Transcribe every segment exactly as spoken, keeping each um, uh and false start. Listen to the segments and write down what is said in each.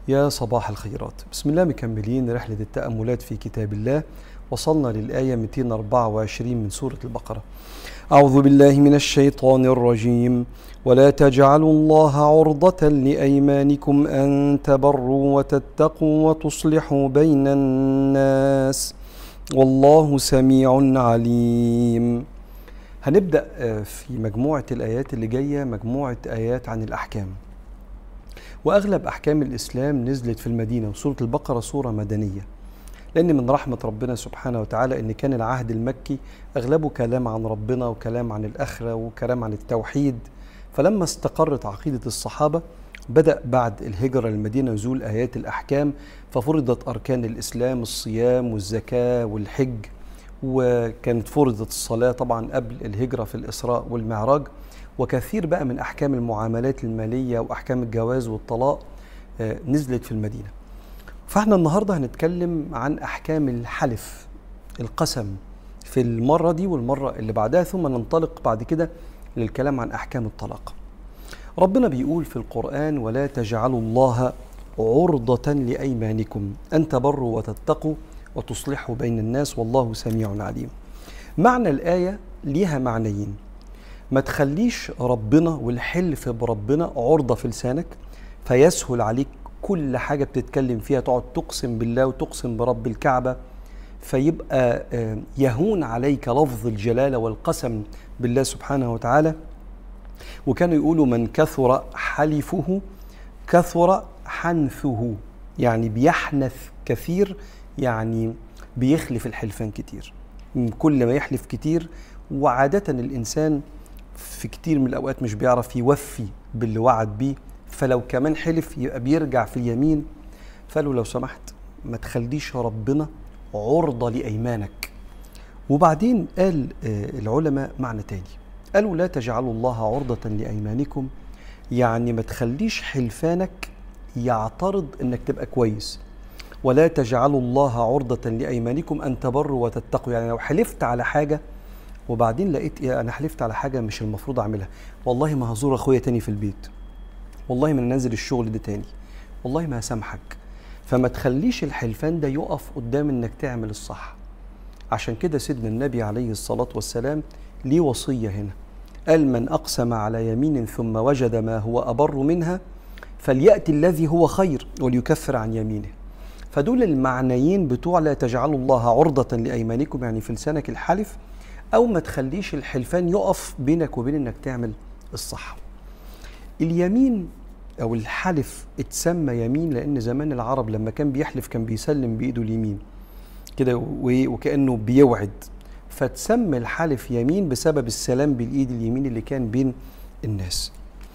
يا صباح الخيرات. بسم الله، مكملين رحلة التأملات في كتاب الله. وصلنا للآية مئتين وأربعة وعشرين من سورة البقرة. أعوذ بالله من الشيطان الرجيم. ولا تجعلوا الله عرضة لأيمانكم أن تبروا وتتقوا وتصلحوا بين الناس والله سميع عليم. هنبدأ في مجموعة الآيات اللي جاية مجموعة آيات عن الأحكام، وأغلب أحكام الإسلام نزلت في المدينة، وسورة البقرة سورة مدنية، لأن من رحمة ربنا سبحانه وتعالى أن كان العهد المكي أغلبه كلام عن ربنا وكلام عن الآخرة وكلام عن التوحيد. فلما استقرت عقيدة الصحابة بدأ بعد الهجرة للمدينة نزول آيات الأحكام، ففرضت أركان الإسلام الصيام والزكاة والحج، وكانت فرضت الصلاة طبعا قبل الهجرة في الإسراء والمعراج، وكثير بقى من أحكام المعاملات المالية وأحكام الجواز والطلاق نزلت في المدينة. فاحنا النهاردة هنتكلم عن أحكام الحلف، القسم، في المرة دي والمرة اللي بعدها، ثم ننطلق بعد كده للكلام عن أحكام الطلاق. ربنا بيقول في القرآن: ولا تجعلوا الله عرضة لأيمانكم أن تبروا وتتقوا وتصلحوا بين الناس والله سميع عليم. معنى الآية ليها معنيين: ما تخليش ربنا والحلف بربنا عرضة في لسانك فيسهل عليك كل حاجة بتتكلم فيها تقعد تقسم بالله وتقسم برب الكعبة، فيبقى يهون عليك لفظ الجلالة والقسم بالله سبحانه وتعالى. وكانوا يقولوا: من كثر حلفه كثر حنثه، يعني بيحنث كثير، يعني بيخلف الحلفان كتير، كل ما يحلف كتير. وعادة الإنسان في كتير من الأوقات مش بيعرف يوفي باللي وعد بيه، فلو كمان حلف يبقى بيرجع في اليمين. فقالوا لو سمحت ما تخليش ربنا عرضة لأيمانك. وبعدين قال العلماء معنى تاني، قالوا: لا تجعلوا الله عرضة لأيمانكم، يعني ما تخليش حلفانك يعترض انك تبقى كويس. ولا تجعلوا الله عرضة لأيمانكم أن تبروا وتتقوا، يعني لو حلفت على حاجة وبعدين لقيت إيه، أنا حلفت على حاجة مش المفروض أعملها، والله ما هزور أخويا تاني في البيت، والله ما ننزل الشغل ده تاني، والله ما هسامحك. فما تخليش الحلفان ده يقف قدام انك تعمل الصح. عشان كده سيدنا النبي عليه الصلاة والسلام ليه وصية هنا، قال: من أقسم على يمين ثم وجد ما هو أبر منها فليأتي الذي هو خير وليكفر عن يمينه. فدول المعنيين بتوع لا تجعلوا الله عرضة لأيمانكم، يعني في لسانك الحلف، أو ما تخليش الحلفان يقف بينك وبين انك تعمل الصح. اليمين أو الحلف اتسمى يمين لأن زمان العرب لما كان بيحلف كان بيسلم بإيده اليمين كده وكأنه بيوعد، فتسمى الحلف يمين بسبب السلام بالإيد اليمين اللي كان بين الناس.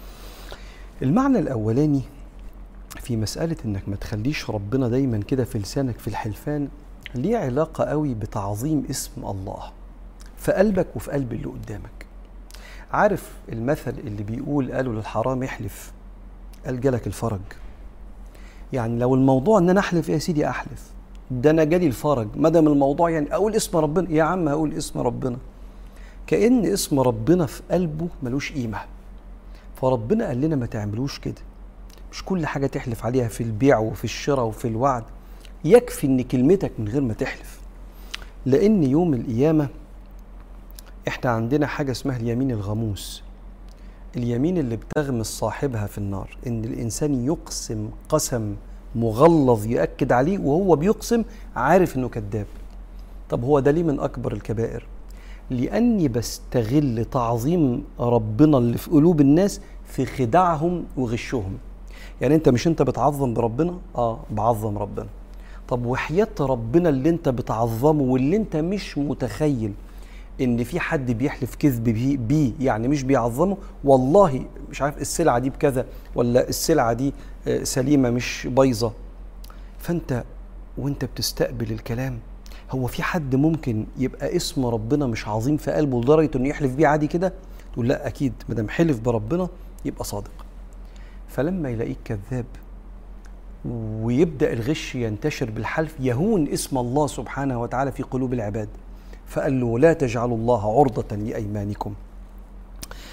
المعنى الأولاني في مسألة إنك ما تخليش ربنا دايما كده في لسانك في الحلفان ليه علاقة قوي بتعظيم اسم الله في قلبك وفي قلب اللي قدامك. عارف المثل اللي بيقول: قالوا للحرام احلف قال جالك الفرج. يعني لو الموضوع ان انا احلف يا سيدي احلف، ده انا جالي الفرج، مادام الموضوع يعني اقول اسم ربنا، يا عم هقول اسم ربنا. كأن اسم ربنا في قلبه ملوش قيمة. فربنا قال لنا ما تعملوش كده، مش كل حاجة تحلف عليها في البيع وفي الشراء وفي الوعد، يكفي ان كلمتك من غير ما تحلف. لان يوم القيامة احنا عندنا حاجة اسمها اليمين الغموس، اليمين اللي بتغمس صاحبها في النار، ان الانسان يقسم قسم مغلظ يأكد عليه وهو بيقسم عارف انه كذاب. طب هو ده ليه من اكبر الكبائر؟ لاني بستغل تعظيم ربنا اللي في قلوب الناس في خداعهم وغشهم. يعني انت مش انت بتعظم بربنا؟ اه بعظم ربنا. طب وحياة ربنا اللي انت بتعظمه واللي انت مش متخيل ان في حد بيحلف كذب بيه, بيه يعني مش بيعظمه، والله مش عارف السلعة دي بكذا ولا السلعة دي سليمة مش بايظة. فانت وانت بتستقبل الكلام، هو في حد ممكن يبقى اسم ربنا مش عظيم في قلبه لدرجة انه يحلف بيه عادي كده؟ تقول لا اكيد مادام حلف بربنا يبقى صادق. فلما يلاقيك كذاب ويبدأ الغش ينتشر بالحلف يهون اسم الله سبحانه وتعالى في قلوب العباد. فقال له: لا تجعلوا الله عرضة لأيمانكم.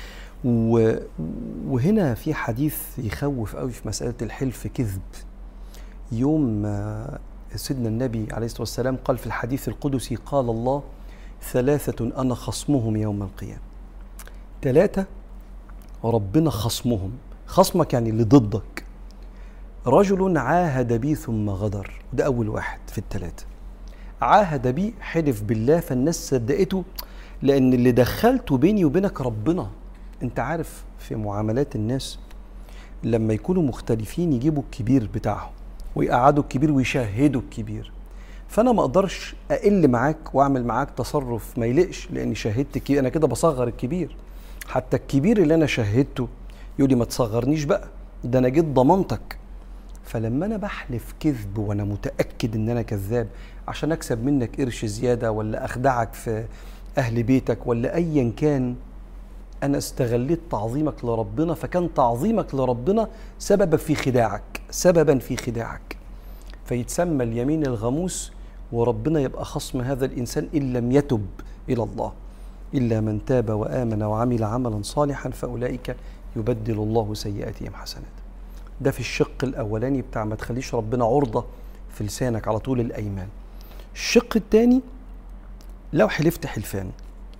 وهنا في حديث يخوف قوي في مسألة الحلف كذب. يوم ما سيدنا النبي عليه الصلاة والسلام قال في الحديث القدسي قال الله ثلاثة أنا خصمهم يوم القيامة. ثلاثة ربنا خصمهم، خصمك يعني اللي ضدك. رجل عاهد بي ثم غدر، ده أول واحد في الثلاثة. عاهد بي، حلف بالله فالناس صدقته، لأن اللي دخلته بيني وبينك ربنا. أنت عارف في معاملات الناس لما يكونوا مختلفين يجيبوا الكبير بتاعهم ويقعدوا الكبير ويشهدوا الكبير، فأنا ما أقدرش أقل معاك وأعمل معاك تصرف ما يلقش، لأني شهدت الكبير، أنا كده بصغر الكبير. حتى الكبير اللي أنا شهدته يقول لي ما تصغرنيش بقى، ده أنا جيت ضمنتك. فلما أنا بحلف كذب وأنا متأكد إن أنا كذاب عشان أكسب منك قرش زيادة ولا أخدعك في أهل بيتك ولا أيا كان، أنا استغليت تعظيمك لربنا، فكان تعظيمك لربنا سببا في خداعك، سببا في خداعك، فيتسمى اليمين الغموس، وربنا يبقى خصم هذا الإنسان إن لم يتب إلى الله. إلا من تاب وآمن وعمل عملا صالحا فأولئك يبدل الله سيئاتهم حسنات. ده في الشق الأولاني بتاع ما تخليش ربنا عرضة في لسانك على طول الأيمان. الشق الثاني، لو حلفت حلفان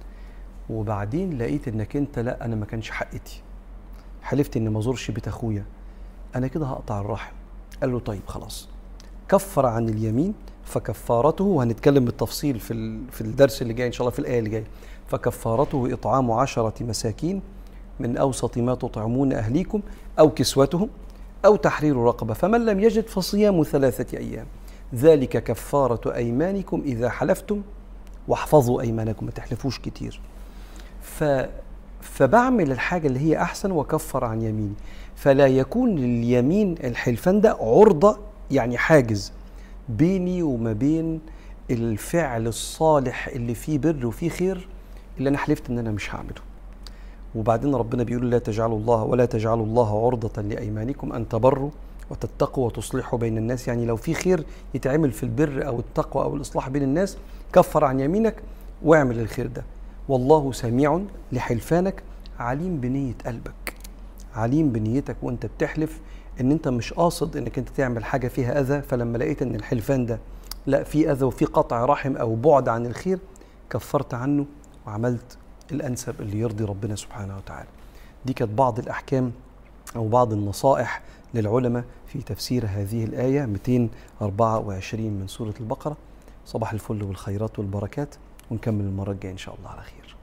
وبعدين لقيت انك انت لا انا ما كانش حقتي، حلفت اني ما ازورش بيت اخويا، انا كده هقطع الرحم. قال له طيب خلاص، كفر عن اليمين فكفارته، وهنتكلم بالتفصيل في في الدرس اللي جاي ان شاء الله في الايه اللي جايه. فكفارته اطعام عشرة مساكين من اوسط ما تطعمون اهليكم او كسوتهم او تحرير رقبه، فمن لم يجد فصيام ثلاثه ايام، ذلك كفاره ايمانكم اذا حلفتم واحفظوا ايمانكم، ما تحلفوش كتير. ف... فبعمل الحاجة اللي هي أحسن وكفر عن يميني، فلا يكون اليمين الحلفان ده عرضة، يعني حاجز بيني وما بين الفعل الصالح اللي فيه بر وفيه خير اللي أنا حلفت إن أنا مش هعمله. وبعدين ربنا بيقول لا تجعلوا الله ولا تجعلوا الله عرضة لأيمانكم أن تبروا وتتقوا وتصلحوا بين الناس، يعني لو في خير يتعمل في البر أو التقوى أو الإصلاح بين الناس، كفر عن يمينك واعمل الخير ده. والله سميع لحلفانك عليم بنية قلبك، عليم بنيتك وانت بتحلف ان انت مش قاصد انك انت تعمل حاجة فيها اذى، فلما لقيت ان الحلفان ده لا في اذى وفي قطع رحم او بعد عن الخير، كفرت عنه وعملت الانسب اللي يرضي ربنا سبحانه وتعالى. دي كانت بعض الاحكام او بعض النصائح للعلماء في تفسير هذه الآية مئتين وأربعة وعشرين من سورة البقرة. صباح الفل والخيرات والبركات، ونكمل المرة الجاية إن شاء الله على خير.